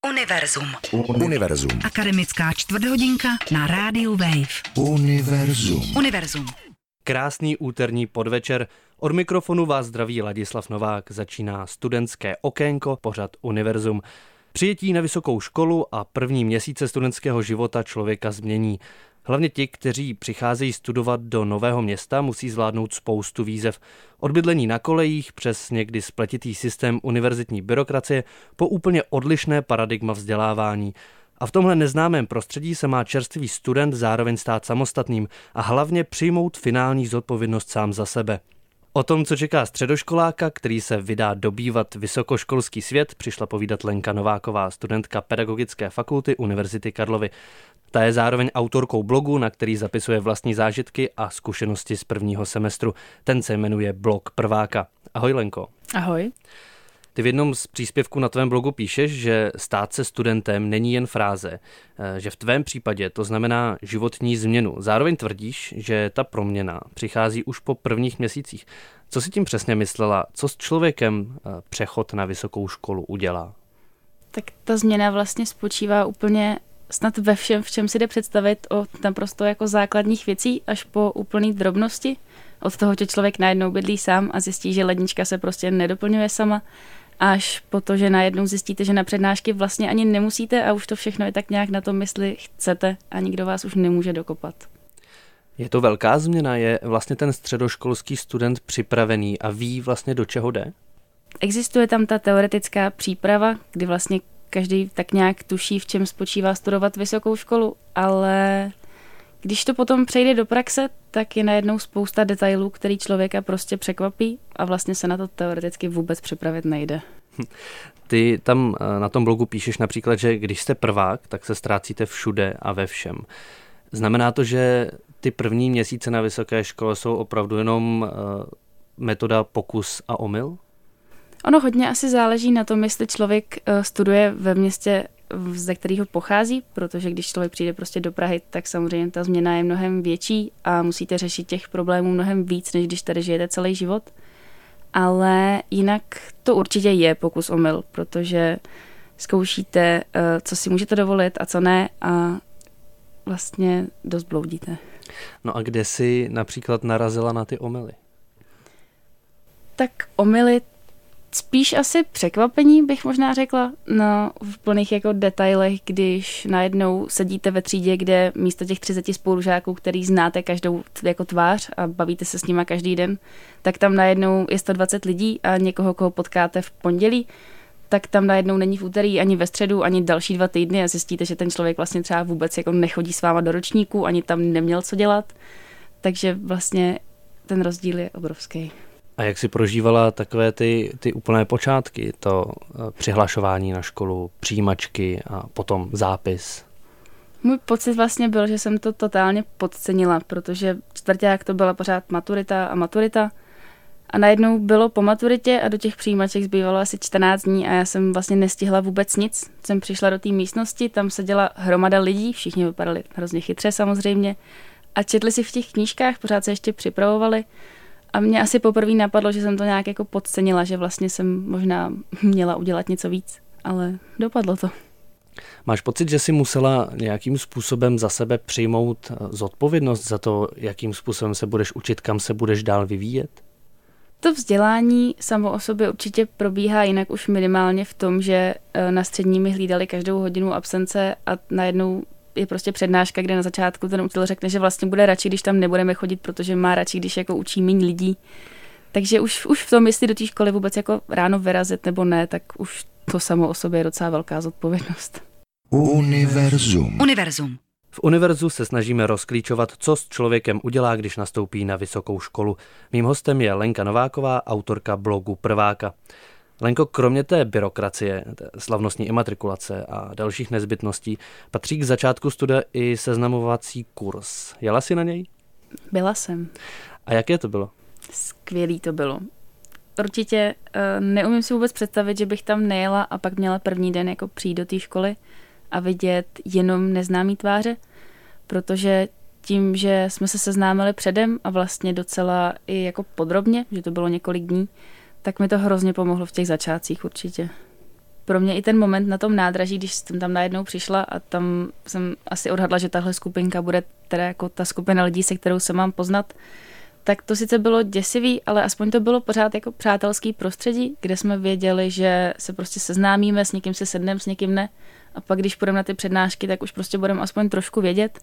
Univerzum. Akademická čtvrthodinka na rádiu Wave. Univerzum. Krásný úterní podvečer. Od mikrofonu vás zdraví Ladislav Novák. Začíná studentské okénko, pořad Univerzum. Přijetí na vysokou školu a první měsíce studentského života člověka změní. Hlavně ti, kteří přicházejí studovat do nového města, musí zvládnout spoustu výzev. Od bydlení na kolejích přes někdy spletitý systém univerzitní byrokracie po úplně odlišné paradigma vzdělávání. A v tomhle neznámém prostředí se má čerstvý student zároveň stát samostatným a hlavně přijmout finální zodpovědnost sám za sebe. O tom, co čeká středoškoláka, který se vydá dobývat vysokoškolský svět, přišla povídat Lenka Nováková, studentka Pedagogické fakulty Univerzity Karlovy. Ta je zároveň autorkou blogu, na který zapisuje vlastní zážitky a zkušenosti z prvního semestru. Ten se jmenuje Blog prváka. Ahoj Lenko. Ahoj. Ty v jednom z příspěvků na tvém blogu píšeš, že stát se studentem není jen fráze, že v tvém případě to znamená životní změnu. Zároveň tvrdíš, že ta proměna přichází už po prvních měsících. Co si tím přesně myslela? Co s člověkem přechod na vysokou školu udělá? Tak ta změna vlastně spočívá úplně snad ve všem, v čem si jde představit, od naprosto jako základních věcí až po úplný drobnosti. Od toho, že člověk najednou bydlí sám a zjistí, že lednička se prostě nedoplňuje sama, až po to, že najednou zjistíte, že na přednášky vlastně ani nemusíte a už to všechno je tak nějak na tom, jestli chcete a nikdo vás už nemůže dokopat. Je to velká změna? Je vlastně ten středoškolský student připravený a ví vlastně do čeho jde? Existuje tam ta teoretická příprava, kdy vlastně každý tak nějak tuší, v čem spočívá studovat vysokou školu, ale když to potom přejde do praxe, tak je najednou spousta detailů, který člověka prostě překvapí a vlastně se na to teoreticky vůbec připravit nejde. Ty tam na tom blogu píšeš například, že když jste prvák, tak se ztrácíte všude a ve všem. Znamená to, že ty první měsíce na vysoké škole jsou opravdu jenom metoda pokus a omyl? Ono hodně asi záleží na tom, jestli člověk studuje ve městě, ze kterého pochází, protože když člověk přijde prostě do Prahy, tak samozřejmě ta změna je mnohem větší a musíte řešit těch problémů mnohem víc, než když tady žijete celý život. Ale jinak to určitě je pokus omyl, protože zkoušíte, co si můžete dovolit a co ne a vlastně dost bloudíte. No a kde jsi například narazila na ty omyly? Tak omyly spíš asi překvapení, bych možná řekla, v plných jako detailech, když najednou sedíte ve třídě, kde místo těch 30 spolužáků, který znáte každou jako tvář a bavíte se s nima každý den, tak tam najednou je 120 lidí a někoho, koho potkáte v pondělí, tak tam najednou není v úterý ani ve středu, ani další 2 týdny a zjistíte, že ten člověk vlastně třeba vůbec jako nechodí s váma do ročníku, ani tam neměl co dělat, takže vlastně ten rozdíl je obrovský. A jak jsi prožívala takové ty úplné počátky, to přihlašování na školu, přijímačky a potom zápis? Můj pocit vlastně byl, že jsem to totálně podcenila, protože čtvrťák to byla pořád maturita a najednou bylo po maturitě a do těch přijímaček zbývalo asi 14 dní a já jsem vlastně nestihla vůbec nic. Jsem přišla do té místnosti, tam seděla hromada lidí, všichni vypadali hrozně chytře samozřejmě a četli si v těch knížkách, pořád se ještě připravovali. A mě asi poprvé napadlo, že jsem to nějak jako podcenila, že vlastně jsem možná měla udělat něco víc, ale dopadlo to. Máš pocit, že jsi musela nějakým způsobem za sebe přijmout zodpovědnost za to, jakým způsobem se budeš učit, kam se budeš dál vyvíjet? To vzdělání samo o sobě určitě probíhá jinak už minimálně v tom, že na střední mi hlídali každou hodinu absence a najednou je prostě přednáška, kde na začátku ten učitel řekne, že vlastně bude radši, když tam nebudeme chodit, protože má radši, když jako učí méně lidí. Takže už v tom, jestli do té školy vůbec jako ráno vyrazit nebo ne, tak už to samo o sobě je docela velká zodpovědnost. Univerzum. V Univerzu se snažíme rozklíčovat, co s člověkem udělá, když nastoupí na vysokou školu. Mým hostem je Lenka Nováková, autorka blogu Prváka. Lenko, kromě té byrokracie, slavnostní imatrikulace a dalších nezbytností, patří k začátku studia i seznamovací kurz. Jela jsi na něj? Byla jsem. A jaké to bylo? Skvělý to bylo. Určitě neumím si vůbec představit, že bych tam nejela a pak měla první den jako přijít do té školy a vidět jenom neznámý tváře, protože tím, že jsme se seznámili předem a vlastně docela i jako podrobně, že to bylo několik dní, tak mi to hrozně pomohlo v těch začátcích určitě. pro mě i ten moment na tom nádraží, když jsem tam najednou přišla a tam jsem asi odhadla, že tahle skupinka bude teda jako ta skupina lidí, se kterou se mám poznat, tak to sice bylo děsivý, ale aspoň to bylo pořád jako přátelský prostředí, kde jsme věděli, že se prostě seznámíme, s někým se sedneme, s někým ne. A pak, když půjdeme na ty přednášky, tak už prostě budeme aspoň trošku vědět.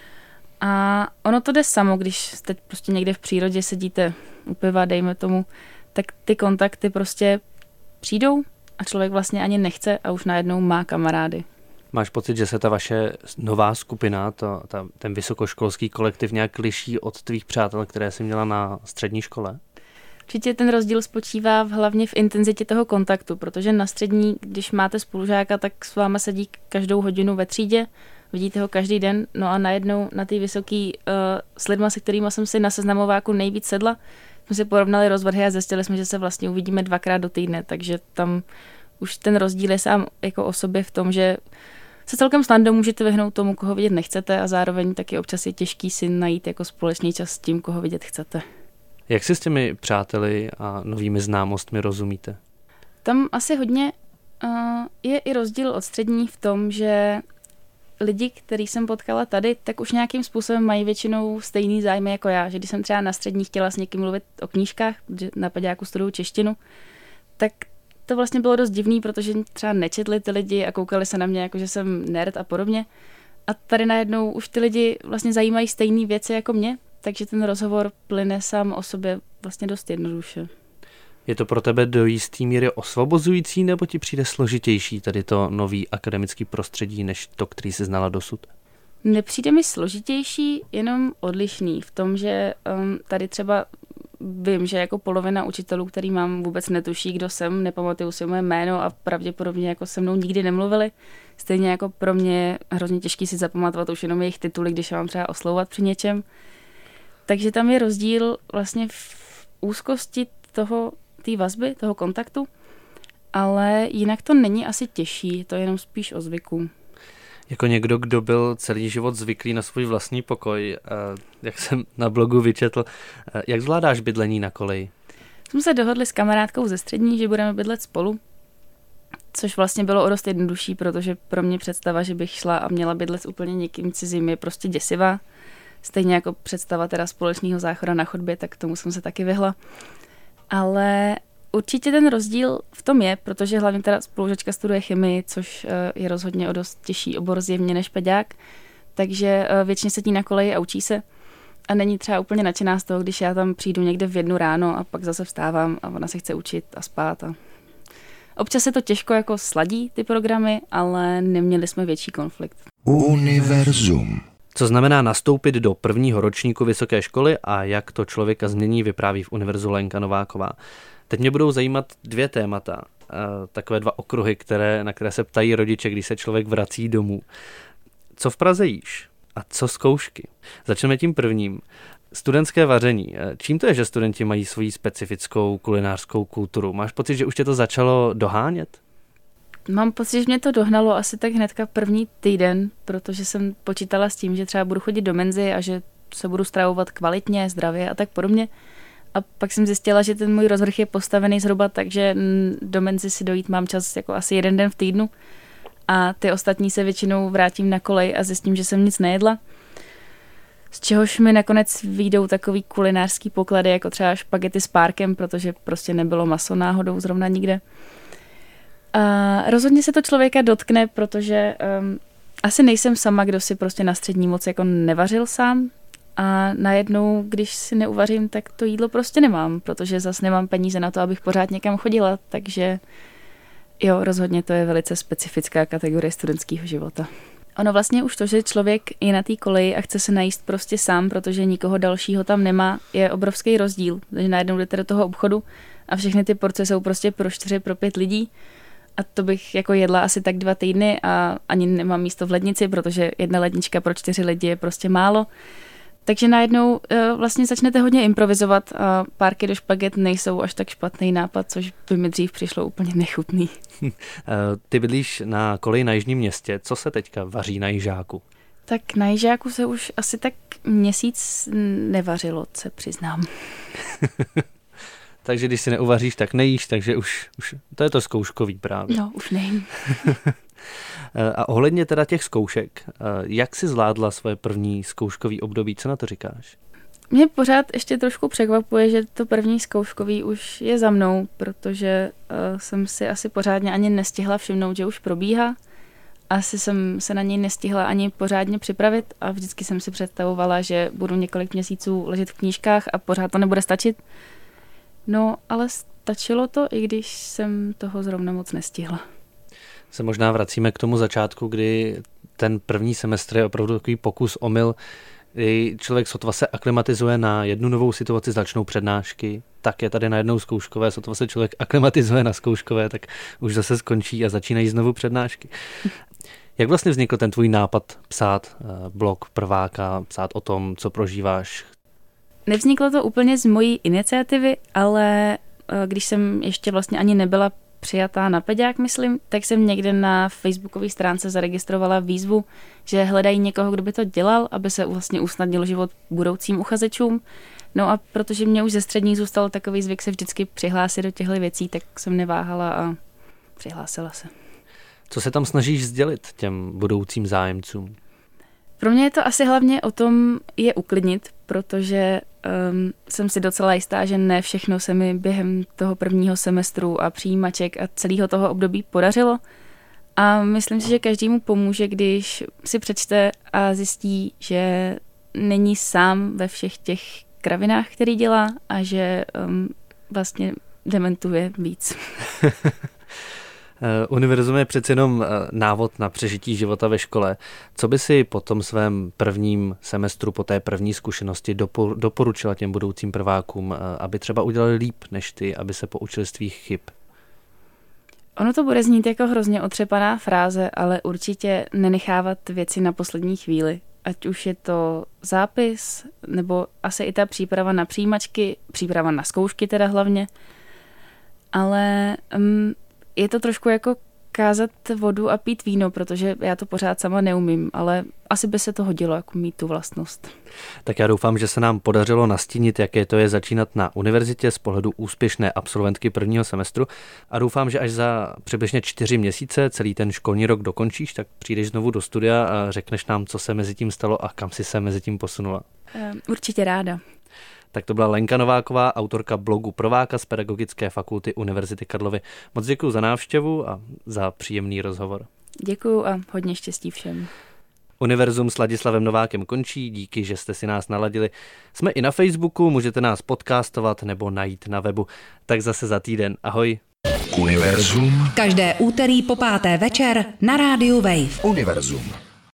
A ono to jde samo, když teď prostě někde v přírodě sedíte u piva, dejme tomu, tak ty kontakty prostě přijdou a člověk vlastně ani nechce a už najednou má kamarády. Máš pocit, že se ta vaše nová skupina, ten vysokoškolský kolektiv nějak liší od tvých přátel, které jsi měla na střední škole? Určitě ten rozdíl spočívá hlavně v intenzitě toho kontaktu, protože na střední, když máte spolužáka, tak s váma sedí každou hodinu ve třídě, vidíte ho každý den, no a najednou na ty vysoký s lidma, se kterými jsem si na seznamováku nejvíc sedla, jsme si porovnali rozvrhy a zjistili jsme, že se vlastně uvidíme 2krát do týdne, takže tam už ten rozdíl je sám jako o sobě v tom, že se celkem snadno můžete vyhnout tomu, koho vidět nechcete a zároveň taky občas je těžký si najít jako společný čas s tím, koho vidět chcete. Jak si s těmi přáteli a novými známostmi rozumíte? Tam asi hodně je i rozdíl od střední v tom, že lidi, který jsem potkala tady, tak už nějakým způsobem mají většinou stejný zájmy jako já, že když jsem třeba na střední chtěla s někým mluvit o knížkách, protože na peďáku studuju češtinu, tak to vlastně bylo dost divný, protože třeba nečetli ty lidi a koukali se na mě jako, že jsem nerd a podobně. A tady najednou už ty lidi vlastně zajímají stejné věci jako mě, takže ten rozhovor plyne sám o sobě vlastně dost jednoduše. Je to pro tebe do jistý míry osvobozující, nebo ti přijde složitější tady to nový akademický prostředí, než to, který jsi znala dosud? Nepřijde mi složitější, jenom odlišný v tom, že tady třeba vím, že jako polovina učitelů, který mám, vůbec netuší, kdo jsem, nepamatuju si moje jméno a pravděpodobně jako se mnou nikdy nemluvili. Stejně jako pro mě je hrozně těžký si zapamatovat už jenom jejich tituly, když mám třeba oslovovat při něčem. Takže tam je rozdíl vlastně v úzkosti té vazby, toho kontaktu, ale jinak to není asi těžší, to je jenom spíš o zvyku. Jako někdo, kdo byl celý život zvyklý na svůj vlastní pokoj, jak jsem na blogu vyčetl, jak zvládáš bydlení na koleji? Jsme se dohodli s kamarádkou ze střední, že budeme bydlet spolu, což vlastně bylo o dost jednodušší, protože pro mě představa, že bych šla a měla bydlet s úplně někým cizím, je prostě děsivá. Stejně jako představa teda společného záchoda na chodbě, tak tomu jsem se taky vyhla. Ale určitě ten rozdíl v tom je, protože hlavně teda spolužačka studuje chemii, což je rozhodně o dost těžší obor zjevně než peďák, takže většině sedí na koleji a učí se a není třeba úplně nadšená z toho, když já tam přijdu někde v 1 ráno a pak zase vstávám a ona se chce učit a spát. A občas se to těžko jako sladí ty programy, ale neměli jsme větší konflikt. Univerzum. Co znamená nastoupit do prvního ročníku vysoké školy a jak to člověka změní, vypráví v Univerzu Lenka Nováková. Teď mě budou zajímat 2 témata, takové 2 okruhy, na které se ptají rodiče, když se člověk vrací domů. Co v Praze jíš a co zkoušky? Začneme tím prvním. Studentské vaření. Čím to je, že studenti mají svoji specifickou kulinářskou kulturu? Máš pocit, že už tě to začalo dohánět? Mám pocit, že mě to dohnalo asi tak hnedka první týden, protože jsem počítala s tím, že třeba budu chodit do menzy a že se budu stravovat kvalitně, zdravě a tak podobně. A pak jsem zjistila, že ten můj rozvrh je postavený zhruba tak, že do menzy si dojít mám čas jako asi 1 den v týdnu a ty ostatní se většinou vrátím na kolej a zjistím, že jsem nic nejedla. Z čehož mi nakonec vyjdou takový kulinářský poklady, jako třeba špagety s párkem, protože prostě nebylo maso náhodou zrovna nikde. A rozhodně se to člověka dotkne, protože asi nejsem sama, kdo si prostě na střední moc jako nevařil sám. A najednou, když si neuvařím, tak to jídlo prostě nemám, protože zase nemám peníze na to, abych pořád někam chodila, takže jo, rozhodně to je velice specifická kategorie studentského života. Ono vlastně už to, že člověk je na té koleji a chce se najíst prostě sám, protože nikoho dalšího tam nemá, je obrovský rozdíl. Takže najednou jdete do toho obchodu a všechny ty porce jsou prostě pro 4, pro 5 lidí a to bych jako jedla asi tak 2 týdny a ani nemám místo v lednici, protože 1 lednička pro 4 lidi je prostě málo. Takže najednou vlastně začnete hodně improvizovat a párky do špaget nejsou až tak špatný nápad, což by mi dřív přišlo úplně nechutný. Ty bydlíš na koleji na Jižním Městě. Co se teďka vaří na Jižáku? Tak na Jižáku se už asi tak měsíc nevařilo, se přiznám. Takže když si neuvaříš, tak nejíš, takže už to je to zkouškový právě. No, už nejím. A ohledně teda těch zkoušek, jak jsi zvládla svoje první zkouškový období, co na to říkáš? Mě pořád ještě trošku překvapuje, že to první zkouškový už je za mnou, protože jsem si asi pořádně ani nestihla všimnout, že už probíhá. Asi jsem se na něj nestihla ani pořádně připravit a vždycky jsem si představovala, že budu několik měsíců ležet v knížkách a pořád to nebude stačit. No, ale stačilo to, i když jsem toho zrovna moc nestihla. Se možná vracíme k tomu začátku, kdy ten první semestr je opravdu takový pokus omyl, kdy člověk sotva se aklimatizuje na jednu novou situaci, začnou přednášky, tak je tady najednou zkouškové, sotva se člověk aklimatizuje na zkouškové, tak už zase skončí a začínají znovu přednášky. Jak vlastně vznikl ten tvůj nápad psát blog prváka, psát o tom, co prožíváš? Nevzniklo to úplně z mojí iniciativy, ale když jsem ještě vlastně ani nebyla přijatá na peďák, myslím, tak jsem někde na facebookové stránce zaregistrovala výzvu, že hledají někoho, kdo by to dělal, aby se vlastně usnadnil život budoucím uchazečům. No a protože mě už ze střední zůstal takový zvyk se vždycky přihlásit do těchto věcí, tak jsem neváhala a přihlásila se. Co se tam snažíš sdělit těm budoucím zájemcům? Pro mě je to asi hlavně o tom je uklidnit, protože jsem si docela jistá, že ne všechno se mi během toho prvního semestru a přijímaček a celého toho období podařilo. A myslím si, že každému pomůže, když si přečte a zjistí, že není sám ve všech těch kravinách, který dělá a že vlastně dementuje víc. Univerzum je přece jenom návod na přežití života ve škole. Co by si po tom svém prvním semestru, po té první zkušenosti doporučila těm budoucím prvákům, aby třeba udělali líp než ty, aby se poučili z tvých chyb? Ono to bude znít jako hrozně otřepaná fráze, ale určitě nenechávat věci na poslední chvíli. Ať už je to zápis, nebo asi i ta příprava na přijímačky, příprava na zkoušky teda hlavně. Ale je to trošku jako kázat vodu a pít víno, protože já to pořád sama neumím, ale asi by se to hodilo jako mít tu vlastnost. Tak já doufám, že se nám podařilo nastínit, jaké to je začínat na univerzitě z pohledu úspěšné absolventky prvního semestru a doufám, že až za přibližně 4 měsíce celý ten školní rok dokončíš, tak přijdeš znovu do studia a řekneš nám, co se mezi tím stalo a kam si se mezi tím posunula. Určitě ráda. Tak to byla Lenka Nováková, autorka blogu Prováka z Pedagogické fakulty Univerzity Karlovy. Moc děkuji za návštěvu a za příjemný rozhovor. Děkuji a hodně štěstí všem. Univerzum s Ladislavem Novákem končí, díky, že jste si nás naladili. Jsme i na Facebooku, můžete nás podcastovat nebo najít na webu. Tak zase za týden. Ahoj. Univerzum. Každé úterý po 5. večer na rádiu Wave. Univerzum.